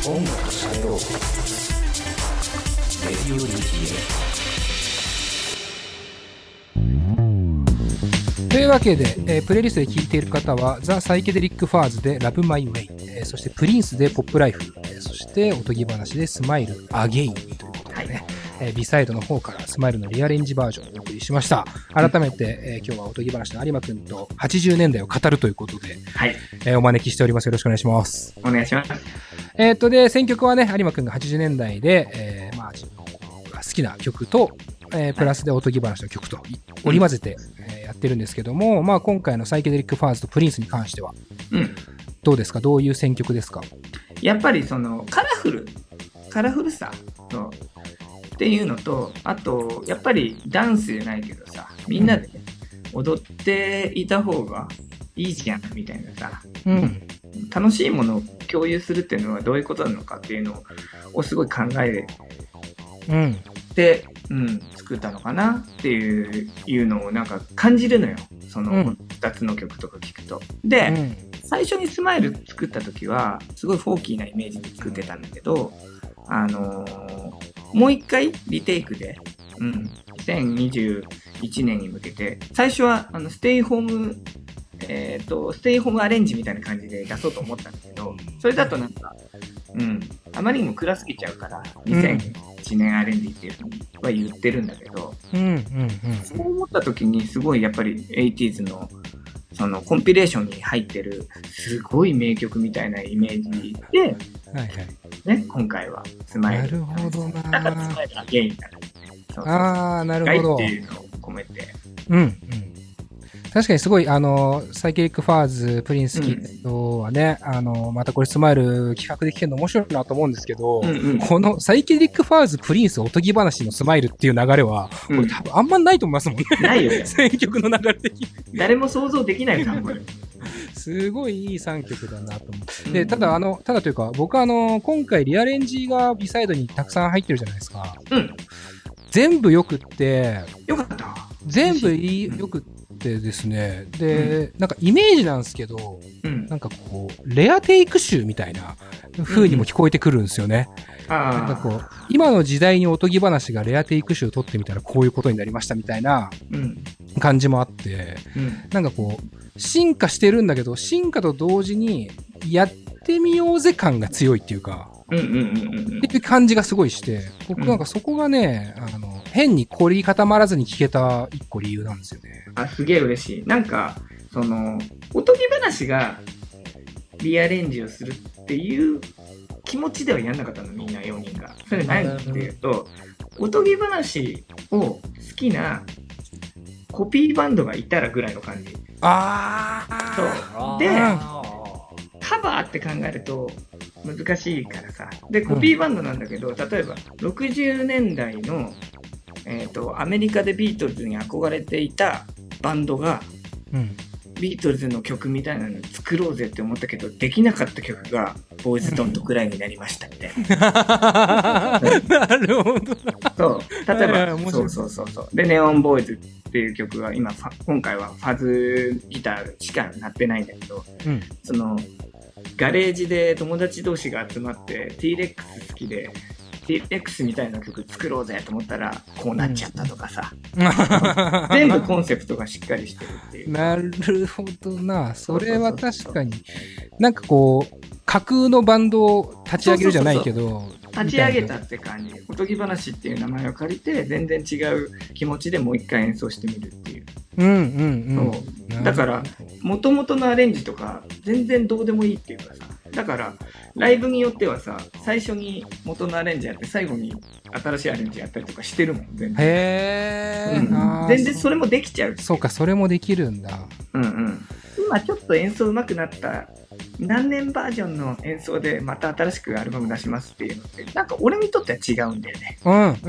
音楽と喋ろう。レディオ DTA。というわけで、プレイリストで聴いている方はザ・サイケデリック・ファーズで Love My Way、そしてプリンスでポップライフ、そしておとぎ話でスマイル・アゲインということでね、ビサイドの方からスマイルのリアレンジバージョンをお送りしました。改めて、今日はおとぎ話の有馬くんと80年代を語るということで、はい、お招きしております。よろしくお願いします。 お願いします。 で、選曲はね、有馬くんが80年代で、自分が好きな曲と、プラスでおとぎ話の曲と織り交ぜて、やってるんですけども、今回のサイケデリックファーズとプリンスに関しては、どうですか？どういう選曲ですか？ やっぱりそのカラフルさとっていうのと、あとやっぱりダンスじゃないけどさ、みんなで踊っていた方がいいじゃんみたいなさ、楽しいものを共有するっていうのはどういうことなのかっていうのをすごい考えて、作ったのかなっていうのをなんか感じるのよ。その2つの曲とか聞くと。で、最初にスマイル作った時はすごいフォーキーなイメージで作ってたんだけど、もう一回リテイクで、2021年に向けて最初はステイホームアレンジみたいな感じで出そうと思ったんだけど、それだとなんか、あまりにも暗すぎちゃうから、2001年アレンジっていうのは言ってるんだけど、そう思った時にすごいやっぱり 80s のそのコンピレーションに入ってるすごい名曲みたいなイメージで、ね、今回はスマイル。 なるほどな。 だからスマイルアゲインだね。 なるほど。 っていうのを込めて。 確かにすごい、サイケリックファーズ、プリンスキッドはね、またこれスマイル企画で聞けるの面白いなと思うんですけど、このサイケリックファーズ、プリンス、おとぎ話のスマイルっていう流れは、これ多分あんまないと思いますもんね。 ないよね。 選曲の流れ的に。 誰も想像できないよな、これ。 すごいいい3曲だなと思って。で、ただというか、僕今回リアレンジがビサイドにたくさん入ってるじゃないですか。全部よくって、 よかった。 全部よくってですね。で、なんかイメージなんですけど、なんかこう、レアテイク集みたいな風にも聞こえてくるんですよね。なんかこう、今の時代におとぎ話がレアテイク集を取ってみたらこういうことになりましたみたいな感じもあって、なんかこう、進化してるんだけど、進化と同時にやってみようぜ感が強いっていうか、っていう感じがすごいして、僕なんかそこがね、変に凝り固まらずに聞けた一個理由なんですよね。 すげえ嬉しい。なんか、おとぎ話がリアレンジをするっていう気持ちではやんなかったの、みんな4人が。それ何っていうと、おとぎ話を好きなコピーバンドがいたらぐらいの感じ。そう。で、カバーって考えると難しいからさ。で、コピーバンドなんだけど、例えば60年代のアメリカでビートルズに憧れていたバンドが、ビートルズの曲みたいなの作ろうぜって思ったけど、できなかった曲がボーイズドントクライになりましたみたいな。 なるほど。 そう。例えば、そう。で、ネオンボーイズっていう曲が今回はファズギターしか鳴ってないんだけど、そのガレージで友達同士が集まって T-Rex 好きで T-Rex みたいな曲作ろうぜと思ったらこうなっちゃったとかさ、全部コンセプトがしっかりしてるっていう。 なるほどな。それは確かになんかこう架空のバンドを立ち上げるじゃないけど、 立ち上げたって感じ。おとぎ話っていう名前を借りて全然違う気持ちでもう一回演奏してみるっていう。だから元々のアレンジとか全然どうでもいいっていうかさ、だからライブによってはさ、最初に元のアレンジやって最後に新しいアレンジやったりとかしてるもん。全然それもできちゃう。 そうか、それもできるんだ。 今ちょっと演奏上手くなった何年バージョンの演奏でまた新しくアルバム出しますっていうのってなんか俺にとっては違うんだよね。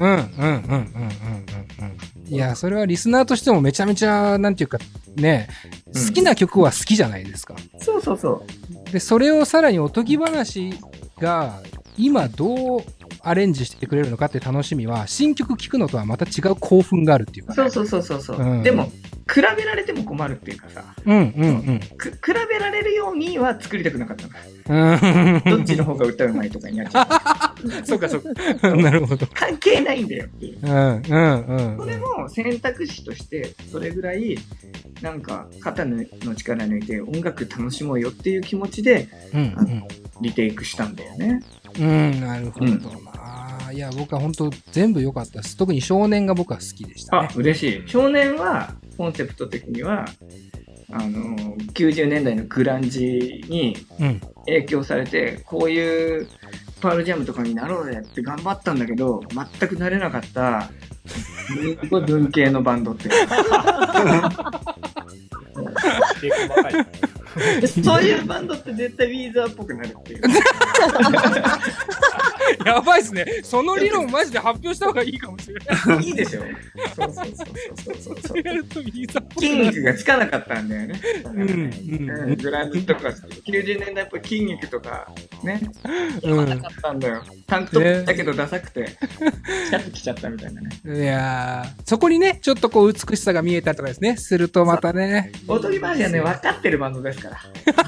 いや、それはリスナーとしてもめちゃめちゃなんていうかね、好きな曲は好きじゃないですか。 そうで、それをさらにおとぎ話が今どうアレンジしてくれるのかって楽しみは新曲聴くのとはまた違う興奮があるっていうか、ね。 そう。でも比べられても困るっていうかさ、比べられるようには作りたくなかったの。どっちの方が歌うまいとかになっちゃう。 そうかそうか。なるほど。 関係ないんだよっていう。それも選択肢として、それぐらい、なんか肩の力抜いて音楽楽しもうよっていう気持ちで、リテイクしたんだよね。 なるほど。いや、僕は本当全部良かったです。特に少年が僕は好きでしたね。 嬉しい。少年は、コンセプト的には、90年代のグランジに影響されて、こういうパールジャムとかになろうぜって頑張ったんだけど、全くなれなかった、すごい文系のバンドって。そういうバンドって絶対ウィーザーっぽくなるっていう。 やばいっすね。その理論マジで発表した方がいいかもしれない。 いいでしょ。そう。筋肉がつかなかったんだよね。グランジとか90年代っぽい筋肉とかね。つかなかったんだよ。タンクトップだけどダサくて、シャツ着ちゃったみたいなね。 いやー、そこにね、ちょっとこう美しさが見えたりとかですね、するとまたね。 おとぎ話はね、分かってるバンドですから。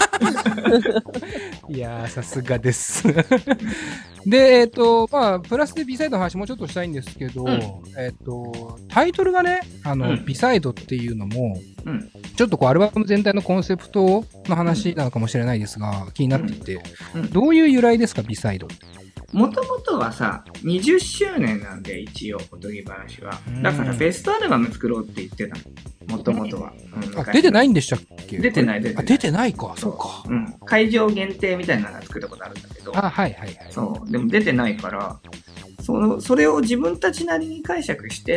いやー、さすがです。で、まあ、プラスで B サイドの話もうちょっとしたいんですけど、タイトルがね、B サイドっていうのも、ちょっとこう、アルバム全体のコンセプトの話なのかもしれないですが、気になっていて、どういう由来ですか、B サイドって。 もともとはさ、20周年なんで、一応、おとぎ話は。だから、ベストアルバム作ろうって言ってたの。もともとは。 出てないんでしたっけ？ 出てない。 出てないか、そうか。 会場限定みたいなのが作ったことあるんだけど。そう。でも出てないから、それを自分たちなりに解釈して、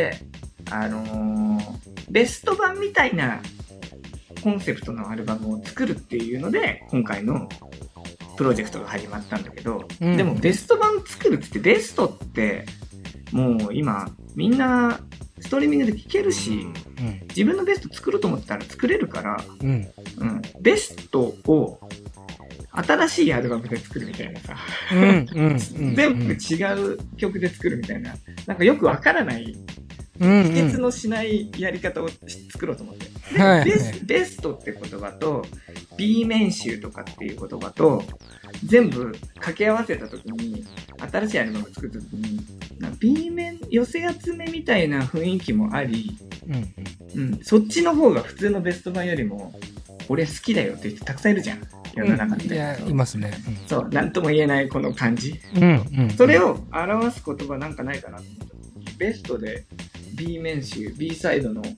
ベスト版みたいなコンセプトのアルバムを作るっていうので、今回のプロジェクトが始まったんだけど、でもベスト版作るって言って、ベストってもう今みんなストリーミングで聴けるし、自分のベスト作ろうと思ったら作れるから、ベストを新しいアルバムで作るみたいなさ、全部違う曲で作るみたいな、なんかよくわからない秘訣のしないやり方を作ろうと思って。ベストって言葉と B 面集とかっていう言葉と全部掛け合わせた時に、新しいアルバム作った時に B 面寄せ集めみたいな雰囲気もあり、そっちの方が普通のベスト版よりも俺好きだよって言ってたくさんいるじゃん、世の中に。 いや、いますね。 そう、なんとも言えないこの感じ。それを表す言葉なんかないかなと思った時に、ベストで B 面集 B サイドの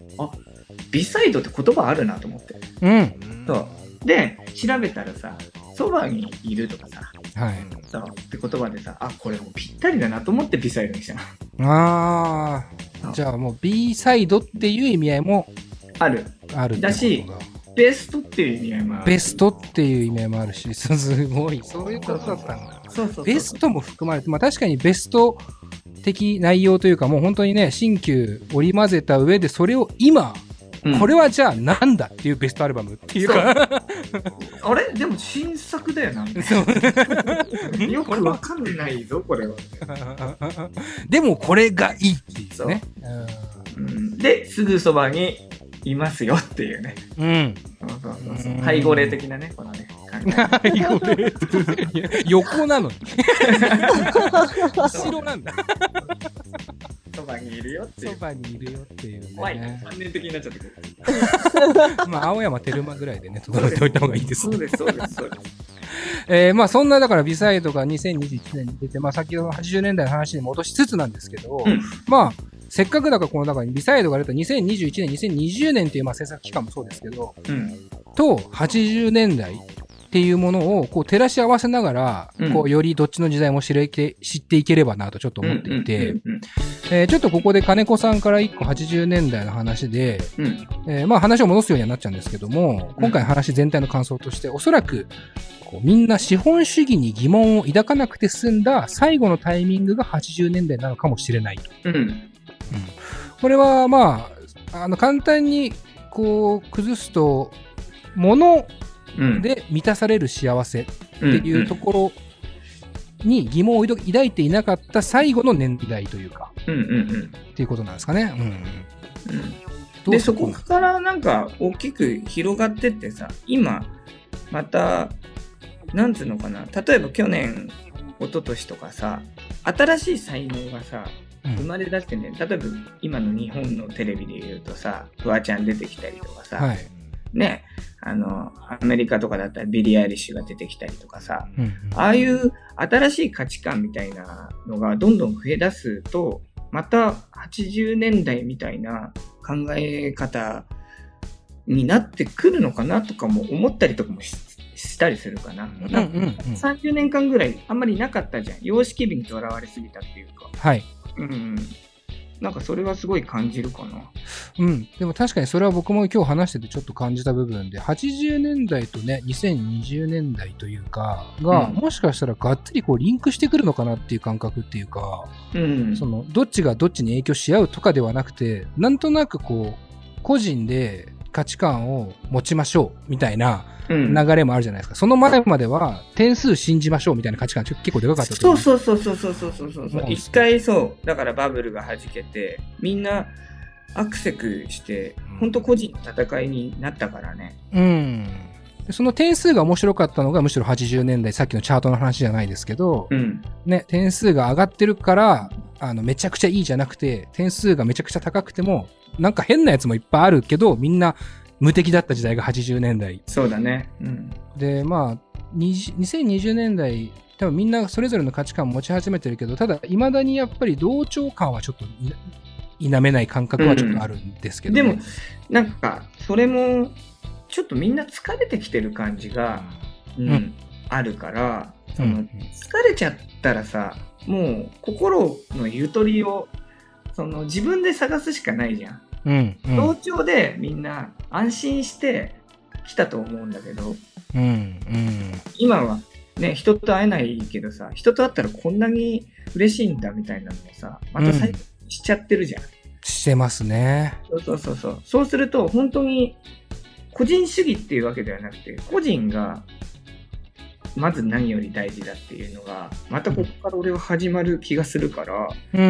B サイドって言葉あるなと思って。そうで調べたらさ、そばにいるとかさ、そうって言葉でさ、これもうぴったりだなと思って B サイドにしたの。 じゃあもう B サイドっていう意味合いもあるだし、ベストっていう意味合いもある。 ベストっていう意味合いもあるし、すごい、そういうことだったんだ。ベストも含まれて、確かにベスト的内容というか、もう本当にね、新旧織り交ぜた上で、それを今、これはじゃあなんだっていうベストアルバムっていうかあれでも新作だよなよくわかんないぞこれはでもこれがいいっていうね。 ですぐそばにいますよっていうね。背後霊的なね、このね。 背後霊横なのに後ろなんだ。 そばにいるよっていう。 そばにいるよっていうね。 怖い。3年的になっちゃってくる。 青山テルマぐらいでね、届いておいた方がいいです。 そうです。 そんな、だから、ビサイドが2021年に出て、先ほどの80年代の話に戻しつつなんですけど、せっかくだからこの中にビサイドが出た2021年、2020年っていう制作期間もそうですけど、と80年代っていうものをこう照らし合わせながら、こうよりどっちの時代も知っていければなとちょっと思っていて、ちょっとここで金子さんから1個80年代の話で、話を戻すようにはなっちゃうんですけども、今回の話全体の感想として、おそらくこうみんな資本主義に疑問を抱かなくて済んだ最後のタイミングが80年代なのかもしれないと。これは簡単にこう崩すと、物で満たされる幸せっていうところに疑問を抱いていなかった最後の年代というか、っていうことなんですかね。 で、そこからなんか大きく広がってってさ、今、また、なんつうのかな、例えば去年、一昨年とかさ、新しい才能がさ、生まれ出してね、例えば今の日本のテレビで言うとさ、フワちゃん出てきたりとかさ、はい、ね、アメリカとかだったらビリー・アイリッシュが出てきたりとかさ、ああいう新しい価値観みたいなのがどんどん増え出すと、また80年代みたいな考え方になってくるのかなとかも思ったりとかもしたりするかな。なんか30年間ぐらいあんまりなかったじゃん。様式美にとらわれすぎたっていうか。 はい。 なんかそれはすごい感じるかな。 でも確かにそれは僕も今日話しててちょっと感じた部分で、80年代とね、2020年代というか、が、もしかしたらがっつりこうリンクしてくるのかなっていう感覚っていうか、どっちがどっちに影響し合うとかではなくて、なんとなくこう、個人で価値観を持ちましょうみたいな流れもあるじゃないですか。その前までは点数信じましょうみたいな価値観結構でかかったと思う。 そう。一回そう。だからバブルが弾けて、みんなアクセクして、本当個人の戦いになったからね。 その点数が面白かったのがむしろ80年代、さっきのチャートの話じゃないですけど、ね、点数が上がってるから、めちゃくちゃいいじゃなくて、点数がめちゃくちゃ高くても、なんか変なやつもいっぱいあるけど、みんな無敵だった時代が80年代。 そうだね。 で、まあ、2020年代、多分みんなそれぞれの価値観を持ち始めてるけど、ただ、未だにやっぱり同調感はちょっと否めない感覚はちょっとあるんですけど、ね。 でも、なんか、それも、ちょっとみんな疲れてきてる感じが、あるから、疲れちゃったらさ、もう心のゆとりを自分で探すしかないじゃん。同調でみんな安心してきたと思うんだけど、今はね、人と会えないけどさ、人と会ったらこんなに嬉しいんだみたいなのをさ、また最近しちゃってるじゃん。 してますね。 そう。そうすると本当に個人主義っていうわけではなくて、個人がまず何より大事だっていうのが、またここから俺は始まる気がするから。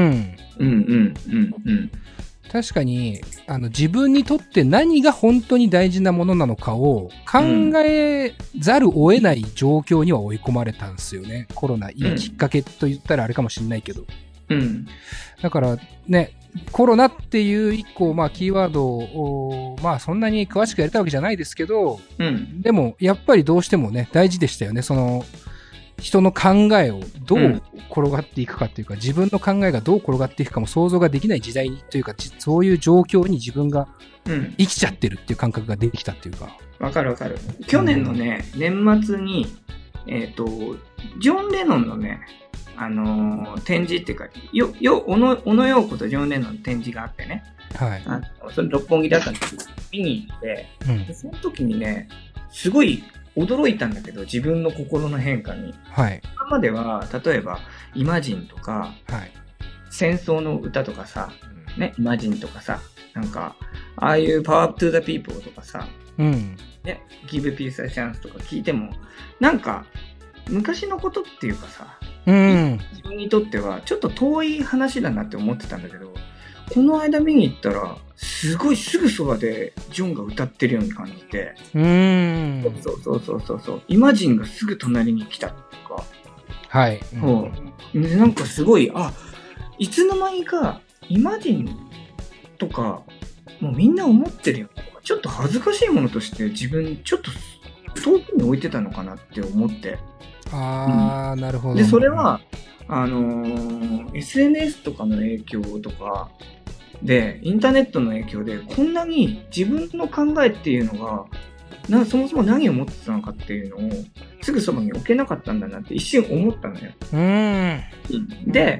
確かに、自分にとって何が本当に大事なものなのかを考えざるを得ない状況には追い込まれたんですよね。コロナ、いいきっかけと言ったらあれかもしれないけど。だからね、コロナっていう一個、まあ、キーワードを、まあ、そんなに詳しくやりたいわけじゃないですけど、でも、やっぱりどうしてもね、大事でしたよね。人の考えをどう転がっていくかっていうか、自分の考えがどう転がっていくかも想像ができない時代というか、そういう状況に自分が生きちゃってるっていう感覚ができたっていうか。 わかる。去年のね、年末に、ジョン・レノンのね、展示っていうか、小野洋子とジョン・レノンの展示があってね、それ六本木だったんですけど、見に行って、でその時にね、すごい驚いたんだけど、自分の心の変化に。今までは、例えば、イマジンとか、戦争の歌とかさ、ね、イマジンとかさ、なんか、ああいうパワーアップトゥザピーポーとかさ、ね、Give Peace a Chance とか聞いても、なんか、昔のことっていうかさ、自分にとってはちょっと遠い話だなって思ってたんだけど、この間見に行ったらすごいすぐそばでジョンが歌ってるように感じて、そうイマジンがすぐ隣に来たとか、なんかすごい、いつの間にかイマジンとかもうみんな思ってるよ、ちょっと恥ずかしいものとして自分ちょっと遠くに置いてたのかなって思って。 なるほど。 で、それは、SNS とかの影響とかで、インターネットの影響で、こんなに自分の考えっていうのが、そもそも何を持ってたのかっていうのを、すぐそばに置けなかったんだなって一瞬思ったのよ。で、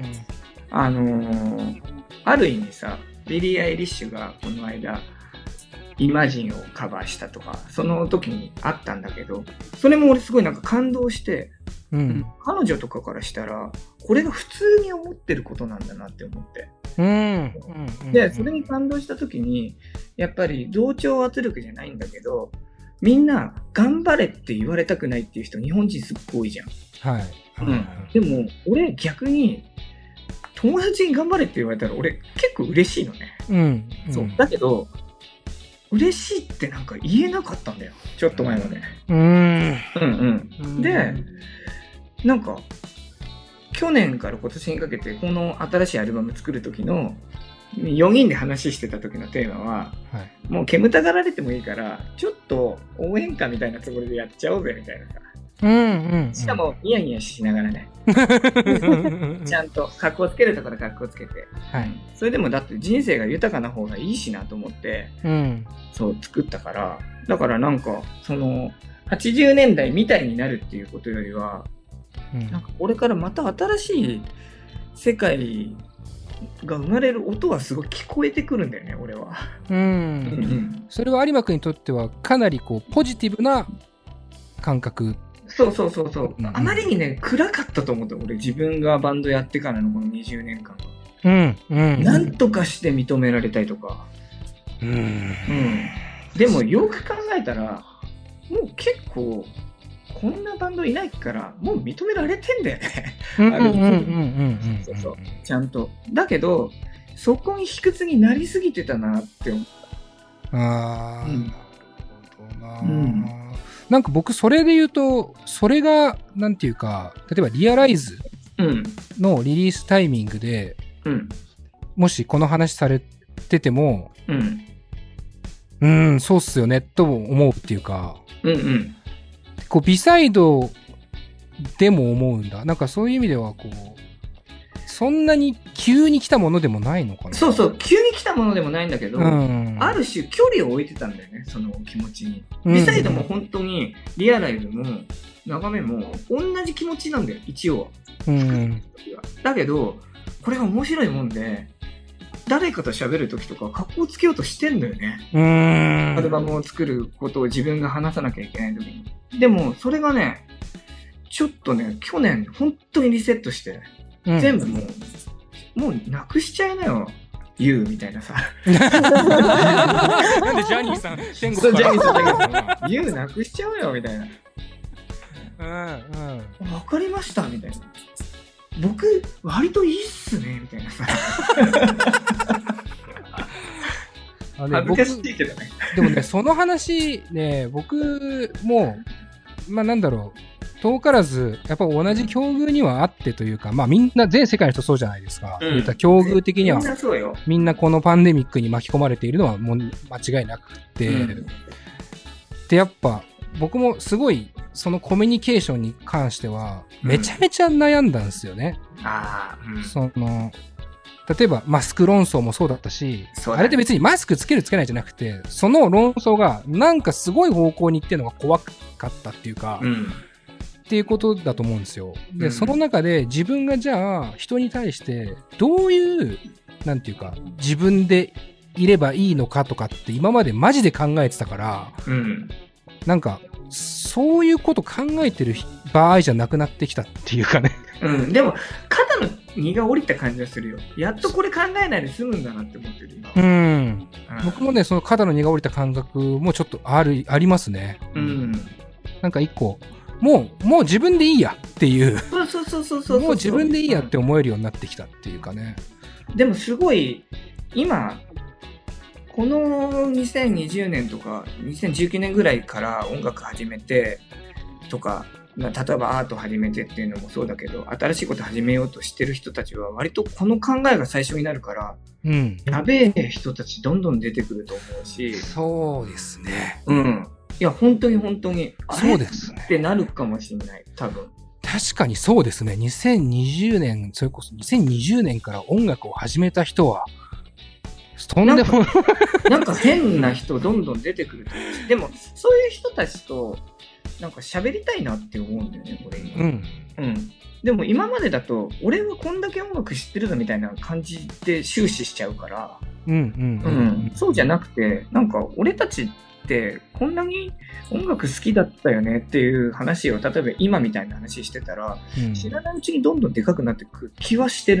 ある意味さ、ビリー・アイリッシュがこの間、イマジンをカバーしたとか、その時にあったんだけど、それも俺すごいなんか感動して、彼女とかからしたら、これが普通に思ってることなんだなって思って。で、それに感動した時に、やっぱり同調圧力じゃないんだけど、みんな頑張れって言われたくないっていう人、日本人すっごい多いじゃん。でも、俺逆に、友達に頑張れって言われたら俺結構嬉しいのね。そう。だけど、 嬉しいってなんか言えなかったんだよ、ちょっと前まで。で、なんか去年から今年にかけてこの新しいアルバム作る時の4人で話してた時のテーマは、もう煙たがられてもいいからちょっと応援歌みたいなつもりでやっちゃおうぜみたいなさ、しかもニヤニヤしながらねちゃんと格好つけるところ格好つけて、それでもだって人生が豊かな方がいいしなと思って、そう作ったから、だからなんかその80年代みたいになるっていうことよりは、なんかこれからまた新しい世界が生まれる音はすごい聞こえてくるんだよね、俺は。 それは有馬くんにとってはかなりこうポジティブな感覚。 そう、あまりにね暗かったと思って俺、自分がバンドやってからのこの20年間は、なんとかして認められたいとか、でもよく考えたらもう結構こんなバンドいないからもう認められてんだよね。ちゃんと。だけどそこに卑屈になりすぎてたなって思った。 なんか僕それで言うと、それがなんていうか、例えばリアライズのリリースタイミングで、もしこの話されてても、そうっすよねとも思うっていうか、こうビサイドでも思うんだ。なんかそういう意味ではこうそんなに急に来たものでもないのかな。 そう、急に来たものでもないんだけど、ある種距離を置いてたんだよね、その気持ちに。ビサイドも本当にリアライズも眺めも同じ気持ちなんだよ、一応。だけどこれが面白いもんで、誰かと喋るときとか格好つけようとしてんだよね。アルバムを作ることを自分が話さなきゃいけないときに。でもそれがね、ちょっとね、去年本当にリセットして、全部もうなくしちゃいなよ、言うみたいなさ。 なんでジャニーさん天国から言うなくしちゃうよみたいな。わかりましたみたいな。僕割といいっすねみたいなさ。恥ずかしいけどね。 でもね、その話ね、僕もなんだろう、遠からずやっぱ同じ境遇にはあってというか、みんな全世界の人そうじゃないですか。境遇的にはみんなこのパンデミックに巻き込まれているのはもう間違いなくて、でやっぱ僕もすごいそのコミュニケーションに関してはめちゃめちゃ悩んだんですよね。その例えばマスク論争もそうだったし、あれって別にマスクつけるつけないじゃなくて、その論争がなんかすごい方向に行ってるのが怖かったっていうか、っていうことだと思うんですよ。で、その中で自分がじゃあ人に対してどういうなんていうか自分でいればいいのかとかって今までマジで考えてたから、なんかそういうこと考えてる場合じゃなくなってきたっていうかね。 でも肩の荷が下りた感じがするよ。やっとこれ考えないで済むんだなって思ってる今。 僕もね、その肩の荷が下りた感覚もちょっとありますね。なんか一個もう自分でいいやっていう。もう自分でいいやって思えるようになってきたっていうかね。でもすごい今この2020年とか2019年ぐらいから音楽始めてとか、例えばアート始めてっていうのもそうだけど、新しいこと始めようとしてる人たちは割とこの考えが最初になるから、やべえ人たちどんどん出てくると思うし。 そうですね。 いや本当にそうですねってなるかもしれない、多分。 確かにそうですね。2020年、それこそ2020年から音楽を始めた人はとんでもなんか変な人どんどん出てくると思うし、でもそういう人たちとなんか喋りたいなって思うんだよね、俺に。でも今までだと俺はこんだけ音楽知ってるぞみたいな感じで終始しちゃうから、そうじゃなくて、なんか俺たちってこんなに音楽好きだったよねっていう話を例えば今みたいな話してたら、知らないうちにどんどんでかくなってく気はしてるんだよね。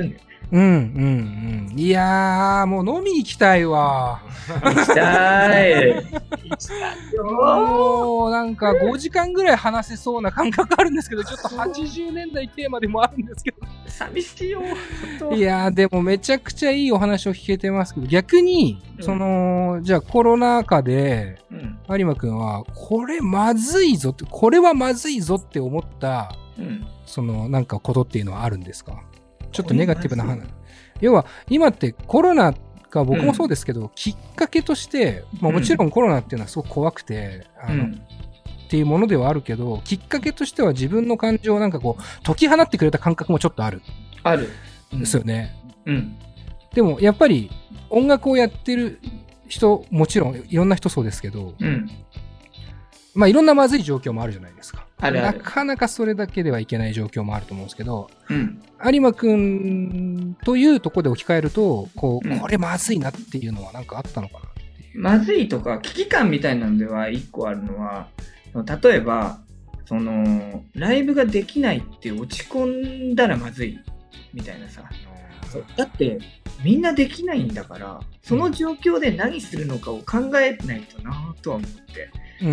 うんうんうん。いやー、もう飲み行きたいわ。 行きたい。 もうなんか5時間ぐらい話せそうな感覚あるんですけど、ちょっと80年代テーマでもあるんですけど。 寂しいよ。 いやー、でもめちゃくちゃいいお話を聞けてますけど、逆に、じゃあコロナ禍で、有馬くんは、これまずいぞって、これはまずいぞって思った、なんかことっていうのはあるんですか？ちょっとネガティブな話。要は、今ってコロナが僕もそうですけど、きっかけとして、まあもちろんコロナっていうのはすごく怖くて、っていうものではあるけど、きっかけとしては自分の感情をなんかこう、解き放ってくれた感覚もちょっとある。 ある。 ですよね。でも、やっぱり音楽をやってる人、もちろんいろんな人そうですけど、まあいろんなまずい状況もあるじゃないですか。なかなかそれだけではいけない状況もあると思うんですけど、有馬くんというところで置き換えると、これまずいなっていうのはなんかあったのかなっていう。 まずいとか危機感みたいなのでは一個あるのは、例えば、ライブができないって落ち込んだらまずいみたいなさ。だって、みんなできないんだから、その状況で何するのかを考えないとなとは思って。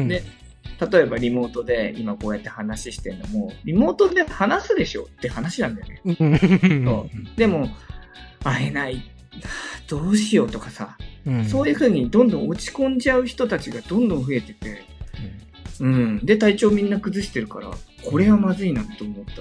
で、例えばリモートで今こうやって話してるのも、リモートで話すでしょって話なんだよね。でも、会えない、どうしようとかさ、そういうふうにどんどん落ち込んじゃう人たちがどんどん増えてて、で、体調みんな崩してるから、これはまずいなと思った。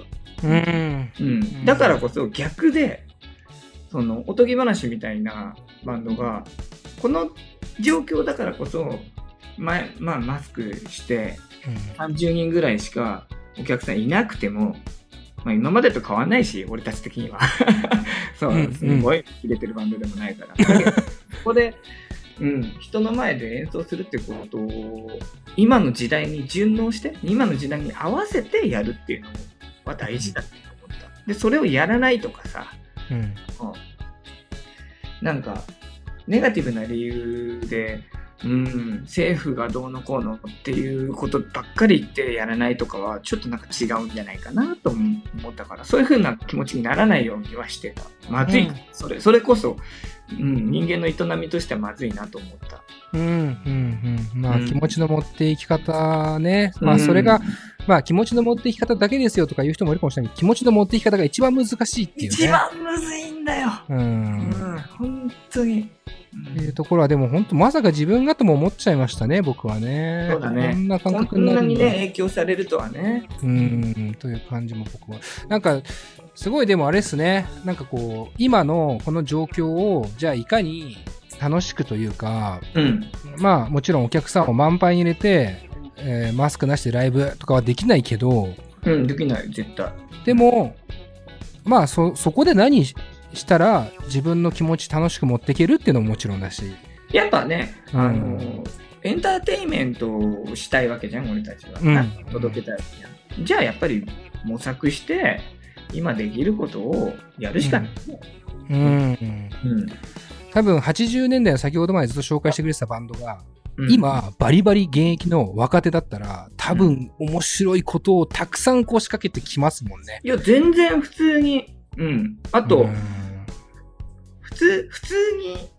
だからこそ逆で、おとぎ話みたいなバンドが、この状況だからこそ、まあ、マスクして、30人ぐらいしかお客さんいなくても、まあ、今までと変わんないし、俺たち的には。そう、すごい切れてるバンドでもないから。だけどここで、人の前で演奏するってことを、今の時代に順応して、今の時代に合わせてやるっていうのは大事だって思った。で、それをやらないとかさ、なんか、ネガティブな理由で、政府がどうのこうのっていうことばっかり言ってやらないとかはちょっとなんか違うんじゃないかなと思ったから、そういう風な気持ちにならないようにはしてた。まずい、それこそ、人間の営みとしてはまずいなと思った。 まあ気持ちの持っていき方ね。まあそれが、まあ気持ちの持っていき方だけですよとか言う人もいるかもしれないけど、気持ちの持っていき方が一番難しいっていうね。 一番むずいんだよ。本当に。 っていうところはでも本当まさか自分がとも思っちゃいましたね、僕はね。 そうだね。 こんな感覚になるこんなにね、影響されるとはね。 という感じも僕は。なんか、すごいでもあれですね。なんかこう、今のこの状況を、じゃあいかに楽しくというか、まあもちろんお客さんを満杯に入れて、マスクなしでライブとかはできないけど、 できない、絶対。 でも、まあそこで何したら自分の気持ち楽しく持っていけるっていうのももちろんだし。 やっぱね、エンターテインメントをしたいわけじゃん、俺たちは。届けたいわけじゃん。じゃあやっぱり模索して、今できることをやるしかない。 多分80年代の先ほどまでずっと紹介してくれてたバンドが、今バリバリ現役の若手だったら多分面白いことをたくさんこう仕掛けてきますもんね。 いや全然普通に、あと、普通に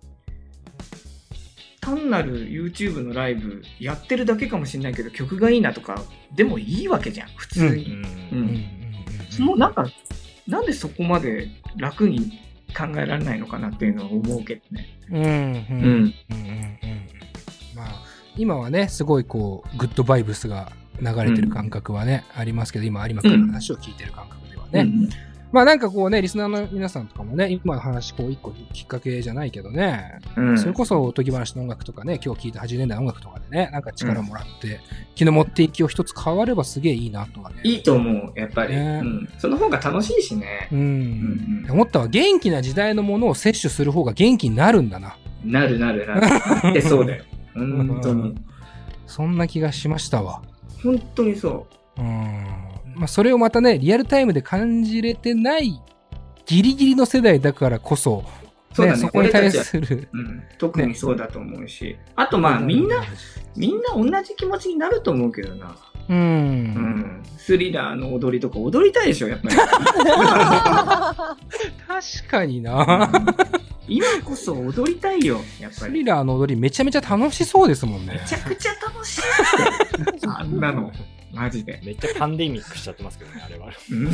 単なる YouTube のライブやってるだけかもしれないけど曲がいいなとかでもいいわけじゃん、普通に。もうなんでそこまで楽に考えられないのかなっていうのは思うけどね。 まあ今はねすごいこうグッドバイブスが流れてる感覚はね、ありますけど、今有馬君の話を聞いてる感覚ではね、まあなんかこうねリスナーの皆さんとかもね今の話こう一個きっかけじゃないけどね、それこそおとぎ話の音楽とかね今日聞いた80年代の音楽とかでねなんか力もらって、気の持っていきを一つ変わればすげえいいなとはね。 いいと思うやっぱり、その方が楽しいしね。 思ったわ、元気な時代のものを摂取する方が元気になるんだな。 なるってそうだよ。本当にそんな気がしましたわ。 本当にそう。 まあ、それをまたねリアルタイムで感じれてないギリギリの世代だからこそ、 そうだね、 そこに対する、 特にそうだと思うし、あとまあみんな同じ気持ちになると思うけどな。スリラーの踊りとか踊りたいでしょやっぱり。 確かにな。 今こそ踊りたいよ、やっぱり。スリラーの踊りめちゃめちゃ楽しそうですもんね。 めちゃくちゃ楽しいって。あんなの。マジで。 めっちゃパンデミックしちゃってますけどね、あれは。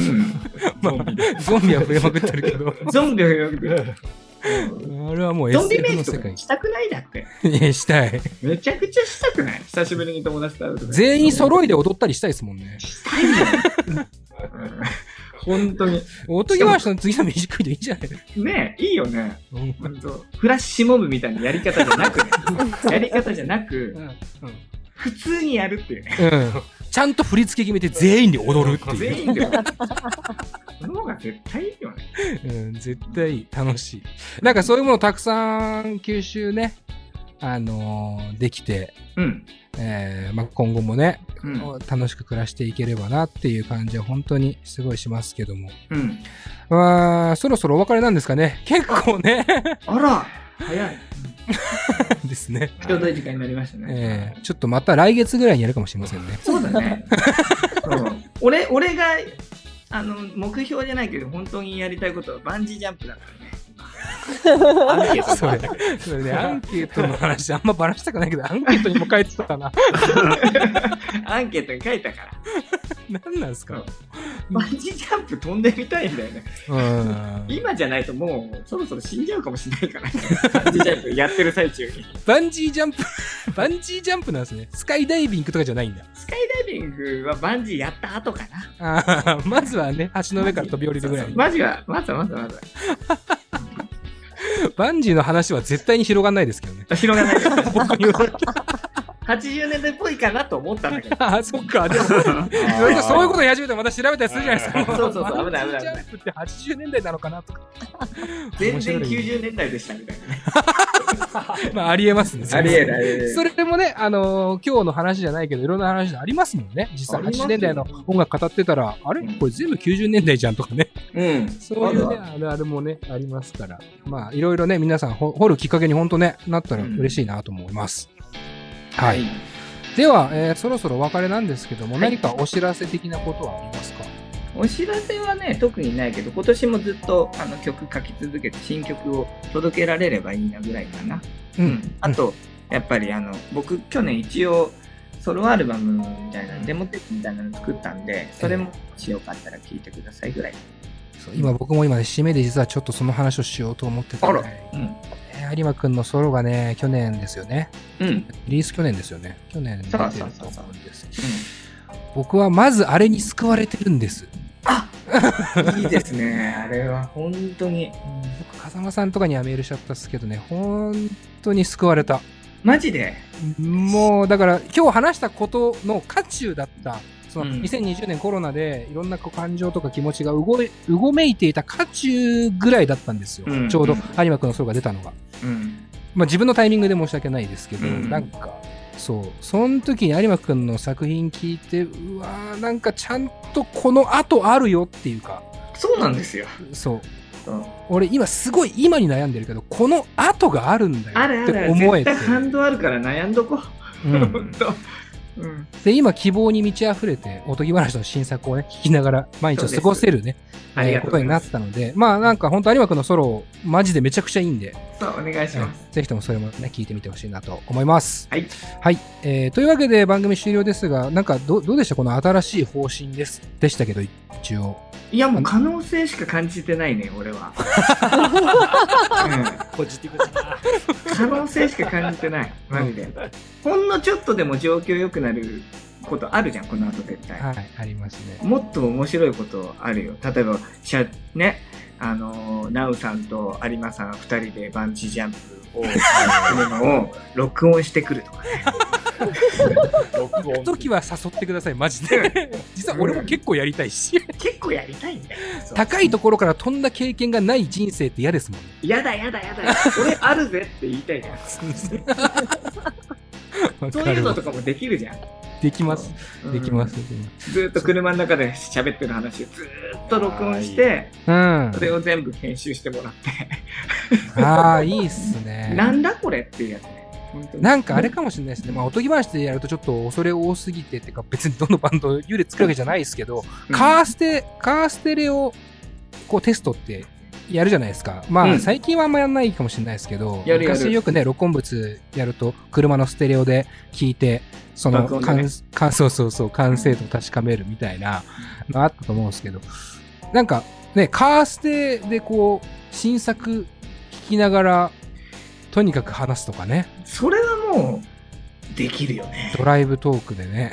ゾンビは増えまくってるけど。 ゾンビは増えまくってる。 あれはもう SF の世界にしたくないだって。 いや、したい。 めちゃくちゃしたくない？久しぶりに友達と会うと。 全員揃いで踊ったりしたいですもんね。 したいよ。本当に。 おとぎ話の次のミュージックビデオいいんじゃないねえ、いいよね。フラッシュモブみたいなやり方じゃなくね。やり方じゃなく、普通にやるっていうね。 ちゃんと振り付け決めて全員で踊るっていう。 全員で踊る。その方が絶対いいよね。 絶対楽しい。なんかそういうものをたくさん吸収ね、できて、今後もね、楽しく暮らしていければなっていう感じは本当にすごいしますけども。そろそろお別れなんですかね。結構ね。 あら、早い。 ですね。 ちょうどいい時間になりましたね。 ちょっとまた来月ぐらいにやるかもしれませんね。 そうだね。俺が目標じゃないけど本当にやりたいことはバンジージャンプだからね。 アンケートそれね、アンケートの話あんまばらしたくないけど、アンケートにも書いてたかな。 アンケートに書いたから。 何なんですか？ バンジージャンプ飛んでみたいんだよね。今じゃないともうそろそろ死んじゃうかもしれないから、バンジージャンプやってる最中に。 バンジージャンプなんですね。スカイダイビングとかじゃないんだ。 スカイダイビングはバンジーやった後かな。 まずはね、橋の上から飛び降りるぐらい。 まずは。 バンジーの話は絶対に広がんないですけどね。 広がんないです。僕に言われた。80年代っぽいかなと思ったんだけど。 そっか。でもそういうことをやり始めたらまた調べたりするじゃないですか。 そう、危ない。 ジャンプって80年代なのかなとか。 全然90年代でしたみたいなね。 まあ、ありえますね。 ありえない。 それでもね、今日の話じゃないけど、いろんな話ありますもんね。実際80年代の音楽語ってたら、あれこれ全部90年代じゃんとかね。そういうね、あるもね、ありますから。まあ、いろいろね、皆さん掘るきっかけに本当ね、なったら嬉しいなと思います。はい。では、そろそろお別れなんですけども、何かお知らせ的なことはありますか？ お知らせはね、特にないけど、今年もずっと曲書き続けて、新曲を届けられればいいなぐらいかな。あと、やっぱり僕、去年一応、ソロアルバムみたいな、デモテープみたいなの作ったんで、それもしよかったら聴いてくださいぐらい。 僕も今、締めで実はちょっとその話をしようと思ってたんで。有馬くんのソロがね、去年ですよね。リリース去年ですよね。去年出てると思うんです。僕はまずあれに救われてるんです。 いいですね。あれは本当に。 僕、風間さんとかにはメールしちゃったっすけどね、本当に救われた。 マジで？ もう、だから今日話したことの渦中だった、その2020年コロナでいろんな感情とか気持ちがうごめいていた渦中ぐらいだったんですよ。ちょうど有馬くんのソロが出たのが。まあ自分のタイミングで申し訳ないですけど、なんか、その時に有馬くんの作品聞いて、うわー、なんかちゃんとこの後あるよっていうか。 そうなんですよ。 そう。俺今すごい今に悩んでるけど、この後があるんだよって思えて。 絶対感動あるから悩んどこう。本当。 で今希望に満ち溢れておとぎ話の新作をね聞きながら毎日を過ごせるねことになったので、まあなんか本当有馬くんのソロマジでめちゃくちゃいいんで、 そうお願いします。 ぜひともそれもね聞いてみてほしいなと思います。 はい、 はい。というわけで番組終了ですが、なんかどうでしたこの新しい方針でしたけど一応。 いやもう可能性しか感じてないね俺は。 ポジティブだな。 可能性しか感じてないマジで。ほんのちょっとでも状況良くなることあるじゃんこの後絶対。 はいありますね。 もっと面白いことあるよ。例えばねナウさんと有馬さん2人でバンジージャンプをするのを録音してくるとかね。 録音時は誘ってくださいマジで。実は俺も結構やりたいし。 結構やりたいんだよ。 高いところから飛んだ経験がない人生って嫌ですもんね。 やだ俺あるぜって言いたいじゃん。そういうのとかもできるじゃん。 できます。 ずっと車の中で喋ってる話をずっと録音して、それを全部編集してもらって。 ああ、いいっすね。 なんだこれっていうやつね。 なんかあれかもしれないですね。まあ、おとぎ話でやるとちょっと恐れ多すぎてっていうか、別にどのバンドを幽霊作るわけじゃないですけど、カーステレをこうテストってやるじゃないですか。まあ、最近はあんまやんないかもしれないですけど、昔よくね、録音物やると、車のステレオで聞いて、その、完成度を確かめるみたいなのあったと思うんですけど、なんかね、カーステでこう、新作聞きながら、とにかく話すとかね。 それはもう、できるよね。 ドライブトークでね。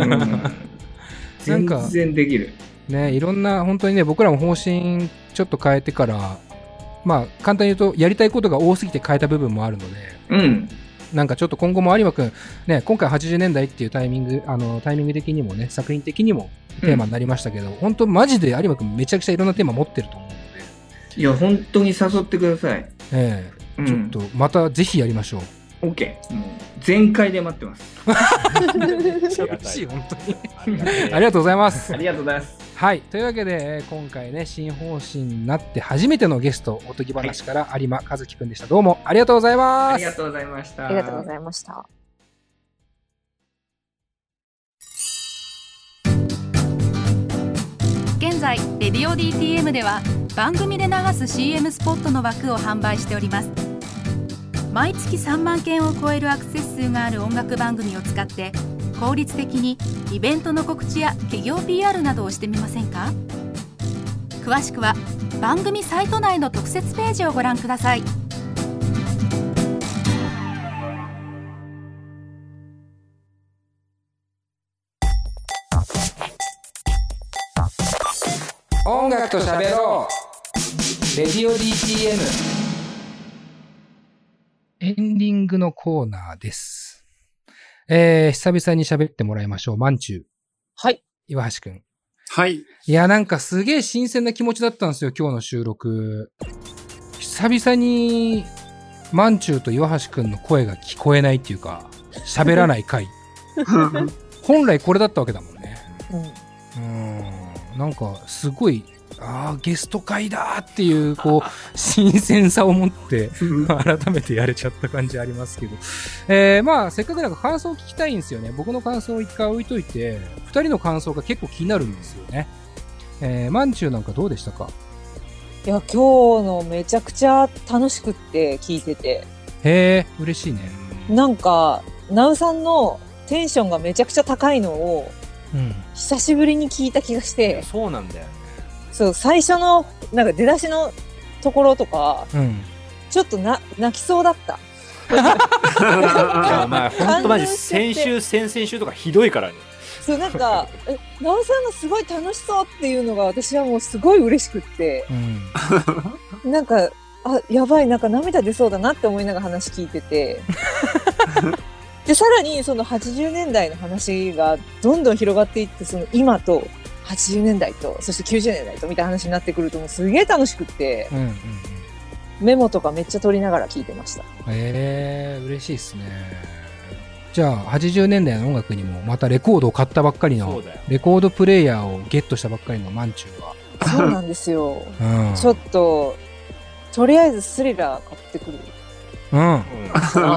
全然できる。 ね、いろんな、本当にね、僕らも方針ちょっと変えてから、まあ、簡単に言うと、やりたいことが多すぎて変えた部分もあるので、なんかちょっと今後も有馬くん、ね、今回80年代っていうタイミング的にもね、作品的にもテーマになりましたけど、本当マジで有馬くんめちゃくちゃいろんなテーマ持ってると思うので。 いや、本当に誘ってください。 ちょっと、またぜひやりましょう。 OK。もう、全開で待ってます。 嬉しい、本当に。ありがとうございます。 ありがとうございます。 はい。というわけで、今回ね、新方針になって初めてのゲスト、おとぎ話から有馬和樹くんでした。どうもありがとうございます。 ありがとうございました。 ありがとうございました。 現在、レディオ DTM では番組で流す CM スポットの枠を販売しております。毎月3万件を超えるアクセス数がある音楽番組を使って効率的にイベントの告知や企業 PR などをしてみませんか？詳しくは番組サイト内の特設ページをご覧ください。 音楽と喋ろう、レディオ DTM。エンディングのコーナーです。久々に喋ってもらいましょう。まんちゅう。 はい。 岩橋くん。 はい。 いや、なんかすげえ新鮮な気持ちだったんですよ、今日の収録。久々に、まんちゅうと岩橋くんの声が聞こえないっていうか、喋らない回。本来これだったわけだもんね。なんかすごい、ゲスト会だっていう、こう、新鮮さを持って、改めてやれちゃった感じありますけど。まあ、せっかくなんか感想を聞きたいんですよね。僕の感想を一回置いといて、二人の感想が結構気になるんですよね。まんちゅうなんかどうでしたか？ いや、今日のめちゃくちゃ楽しくって聞いてて。 へー、嬉しいね。 なんか、ナウさんのテンションがめちゃくちゃ高いのを、久しぶりに聞いた気がして。 そうなんだよね。 そう、最初の、なんか出だしのところとか、ちょっと泣きそうだった。 お前、ほんとマジ、先々週とかひどいからね。 そう、なんか、ナオさんがすごい楽しそうっていうのが私はもうすごい嬉しくって、なんか、やばい、なんか涙出そうだなって思いながら話聞いてて、で、さらにその80年代の話がどんどん広がっていって、その今と80年代と、そして90年代とみたいな話になってくるともうすげえ楽しくって、メモとかめっちゃ取りながら聞いてました。 嬉しいっすね。じゃあ80年代の音楽にもまたレコードを買ったばっかりの、レコードプレイヤーをゲットしたばっかりのまんちゅうは。 そうなんですよ。ちょっと、とりあえずスリラー買ってくる。なって。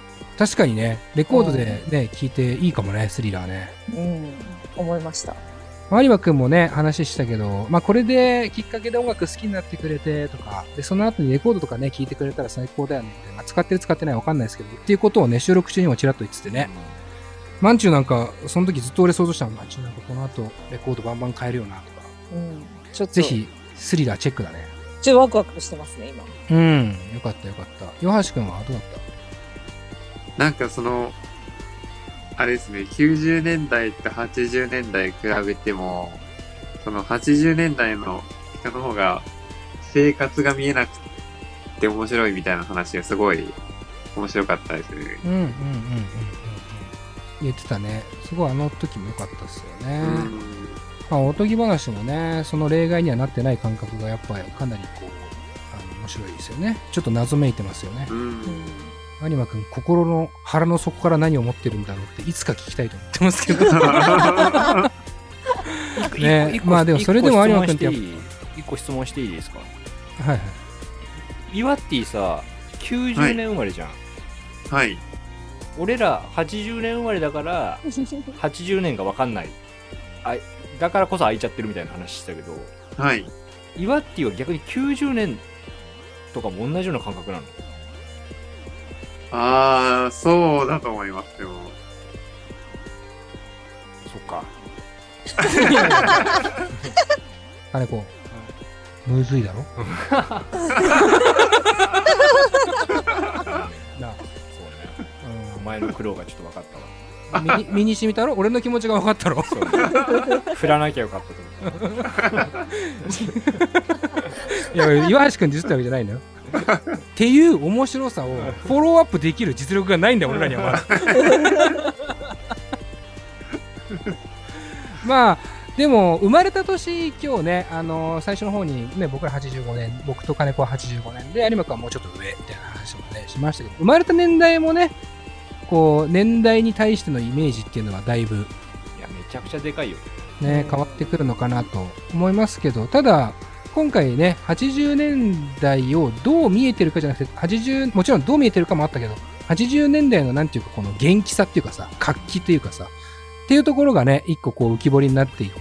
確かにね、レコードでね、聴いていいかもね、スリラーね。 思いました。 有馬くんもね、話したけど、まあこれできっかけで音楽好きになってくれてとか、で、その後にレコードとかね、聴いてくれたら最高だよねって、まあ、使ってる使ってないわかんないですけど、っていうことをね、収録中にもちらっと言っててね。まんちゅうなんか、その時ずっと俺想像したの、まんちゅうなんかこの後レコードバンバン買えるよなとか。 ちょっと。 ぜひ、スリラーチェックだね。 ちょっとワクワクしてますね、今。 よかったよかった。岩橋くんはどうだった？ なんかあれですね、90年代と80年代比べても、その80年代の人の方が生活が見えなくて面白いみたいな話がすごい面白かったですね。 言ってたね。すごいあの時も良かったですよね。まあ、おとぎ話もね、その例外にはなってない感覚がやっぱりかなりこう、面白いですよね。ちょっと謎めいてますよね。有馬くん、心の腹の底から何を持ってるんだろうっていつか聞きたいと思ってますけど。ね、まあでもそれでも有馬くんって一個質問していいですか？ はいはい。 イワッティさ、90年生まれじゃん。 はい。 俺ら80年生まれだから80年が分かんない。だからこそ空いちゃってるみたいな話したけど。 はい。 イワッティは逆に90年とかも同じような感覚なの？ ああ、そうだと思いますよ。 そっか。 金子、むずいだろなあ、 そうね。お前の苦労がちょっと分かったわ。 身に染みたろ？俺の気持ちが分かったろ？ そうね。振らなきゃよかったと思う。 いや、岩橋君ディスったわけじゃないんだよ。っていう面白さをフォローアップできる実力がないんだよ、俺らにはまだ。まあでも生まれた年、今日ね、最初の方にね、僕ら85年、僕と金子は85年で、有馬君はもうちょっと上みたいな話もねしましたけど、生まれた年代もね、こう年代に対してのイメージっていうのはだいぶ、 いや、めちゃくちゃでかいよね、変わってくるのかなと思いますけど、ただ今回ね、80年代をどう見えてるかじゃなくて、もちろんどう見えてるかもあったけど、80年代のなんていうか、この元気さっていうかさ、活気っていうかさ、っていうところがね、一個こう浮き彫りになっていって、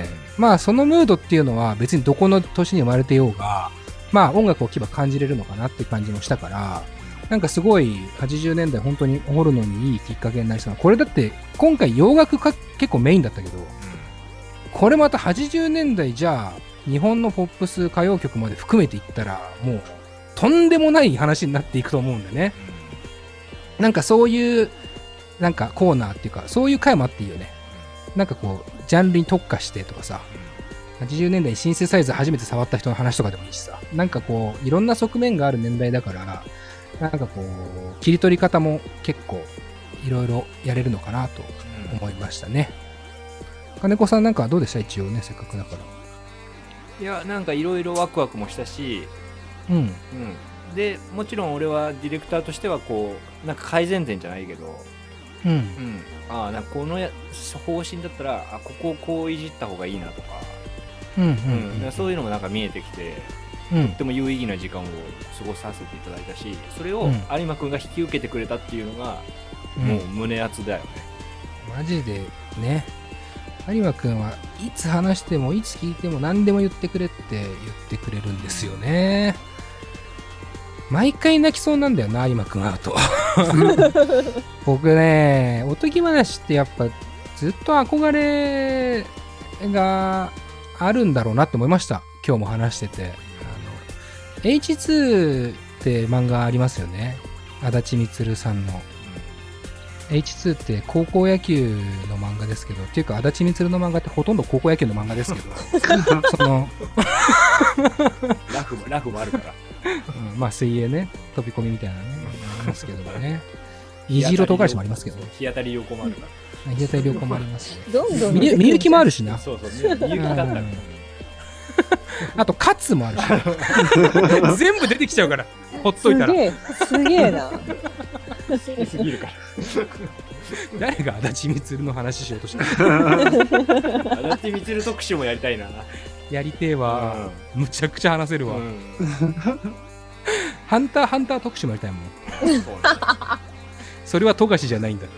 まあそのムードっていうのは別にどこの年に生まれてようが、まあ音楽を聴けば感じれるのかなっていう感じもしたから、なんかすごい80年代本当に掘るのにいいきっかけになりそうな。これだって今回洋楽結構メインだったけど、これまた80年代じゃあ日本のポップス歌謡曲まで含めていったらもうとんでもない話になっていくと思うんだよね。なんかそういうなんかコーナーっていうかそういう回もあっていいよね。なんかこうジャンルに特化してとかさ、80年代にシンセサイズ初めて触った人の話とかでもいいしさ、なんかこういろんな側面がある年代だから、なんかこう切り取り方も結構いろいろやれるのかなと思いましたね。金子さんなんかどうでした？一応ね、せっかくだから。 いや、なんかいろいろワクワクもしたし、 うん、 でもちろん俺はディレクターとしてはこうなんか改善点じゃないけど、なんかこの方針だったらここをこういじった方がいいなとか、そういうのもなんか見えてきて、とっても有意義な時間を過ごさせていただいたし、それを有馬くんが引き受けてくれたっていうのが、もう胸熱だよね。 マジでね、有馬くんはいつ話してもいつ聞いても何でも言ってくれって言ってくれるんですよね。毎回泣きそうなんだよな、有馬くん会うと。僕ね、おとぎ話ってやっぱずっと憧れがあるんだろうなって思いました。今日も話してて。H2 って漫画ありますよね。足立みつるさんの。H2 って高校野球の漫画ですけど、っていうか足立みつるの漫画ってほとんど高校野球の漫画ですけど、そのラフもあるから、 まあ水泳ね、飛び込みみたいなねありますけどもね。虹色唐辛子もありますけど、 日当たり良好もあるから。 日当たり良好もありますね。 どんどんみゆきもあるしな。 そうそう、みゆきだったら。 あとカツもあるし。全部出てきちゃうから、ほっといたら。 すげえな。 好きすぎるから。 誰が足立みつるの話しようとした足立みつる特集もやりたいな。 やりてえわ、むちゃくちゃ話せるわ。ハンター特集もやりたいもん。それは富樫じゃないんだって。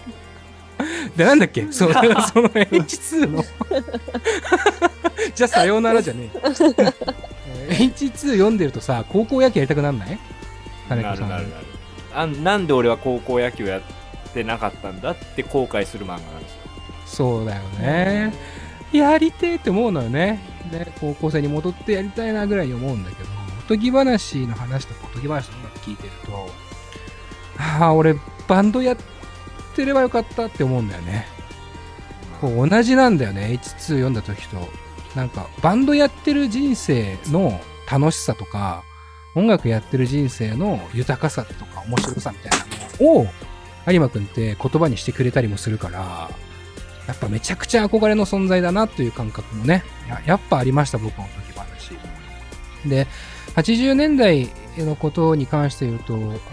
で、なんだっけ、その H2 のじゃあさようならじゃねえ。H2 読んでるとさ、高校野球やりたくなんない？ なる。なんで俺は高校野球やってなかったんだって後悔する漫画なんですよ。 そうだよね。やりてえって思うのよね。で、高校生に戻ってやりたいなぐらいに思うんだけど、おとぎ話の話とかおとぎ話の音楽聞いてると、俺バンドやってればよかったって思うんだよね。こう同じなんだよね。H2 読んだ時と、なんかバンドやってる人生の楽しさとか、音楽やってる人生の豊かさとか面白さみたいなのを有馬くんって言葉にしてくれたりもするから、やっぱめちゃくちゃ憧れの存在だなという感覚もね、やっぱありました、僕の時話。で、80年代のことに関して言うと、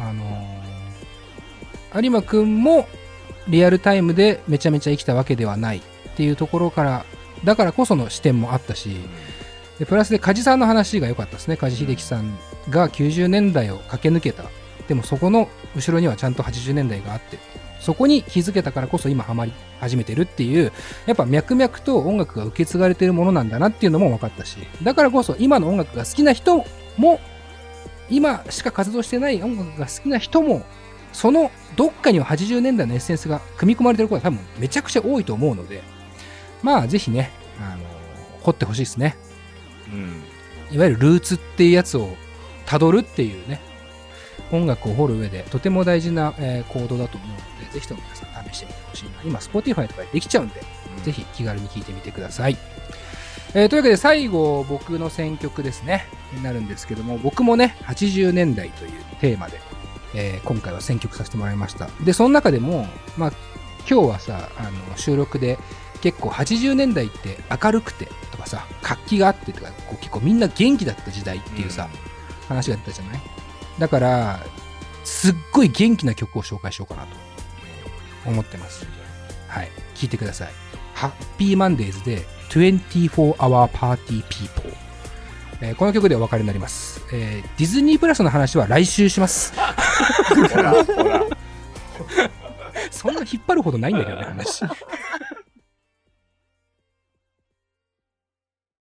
有馬くんもリアルタイムでめちゃめちゃ生きたわけではないっていうところから、だからこその視点もあったし、でプラスで梶さんの話が良かったですね。梶秀樹さんが90年代を駆け抜けた。でもそこの後ろにはちゃんと80年代があって。 そこに気づけたからこそ今ハマり始めてるっていう、やっぱ脈々と音楽が受け継がれてるものなんだなっていうのも分かったし、だからこそ今の音楽が好きな人も、今しか活動してない音楽が好きな人も、そのどっかには80年代のエッセンスが組み込まれてることは多分めちゃくちゃ多いと思うので、まあぜひね、掘ってほしいですね。いわゆるルーツっていうやつを辿るっていうね、音楽を掘る上でとても大事な、行動だと思うので、ぜひとも皆さん試してみてほしいな。今 Spotify とかでできちゃうんで、ぜひ気軽に聴いてみてください。というわけで最後僕の選曲ですねになるんですけども、僕もね80年代というテーマで、今回は選曲させてもらいました。でその中でもまあ今日はさ収録で結構80年代って明るくてとかさ活気があってとかこう結構みんな元気だった時代っていうさ、話が出たじゃない。だからすっごい元気な曲を紹介しようかなと思ってます。はい、聴いてください。ハッピーマンデーズで24 Hour Party People、この曲でお別れになります。ディズニープラスの話は来週します。ほらそんな引っ張るほどないんだけどね話。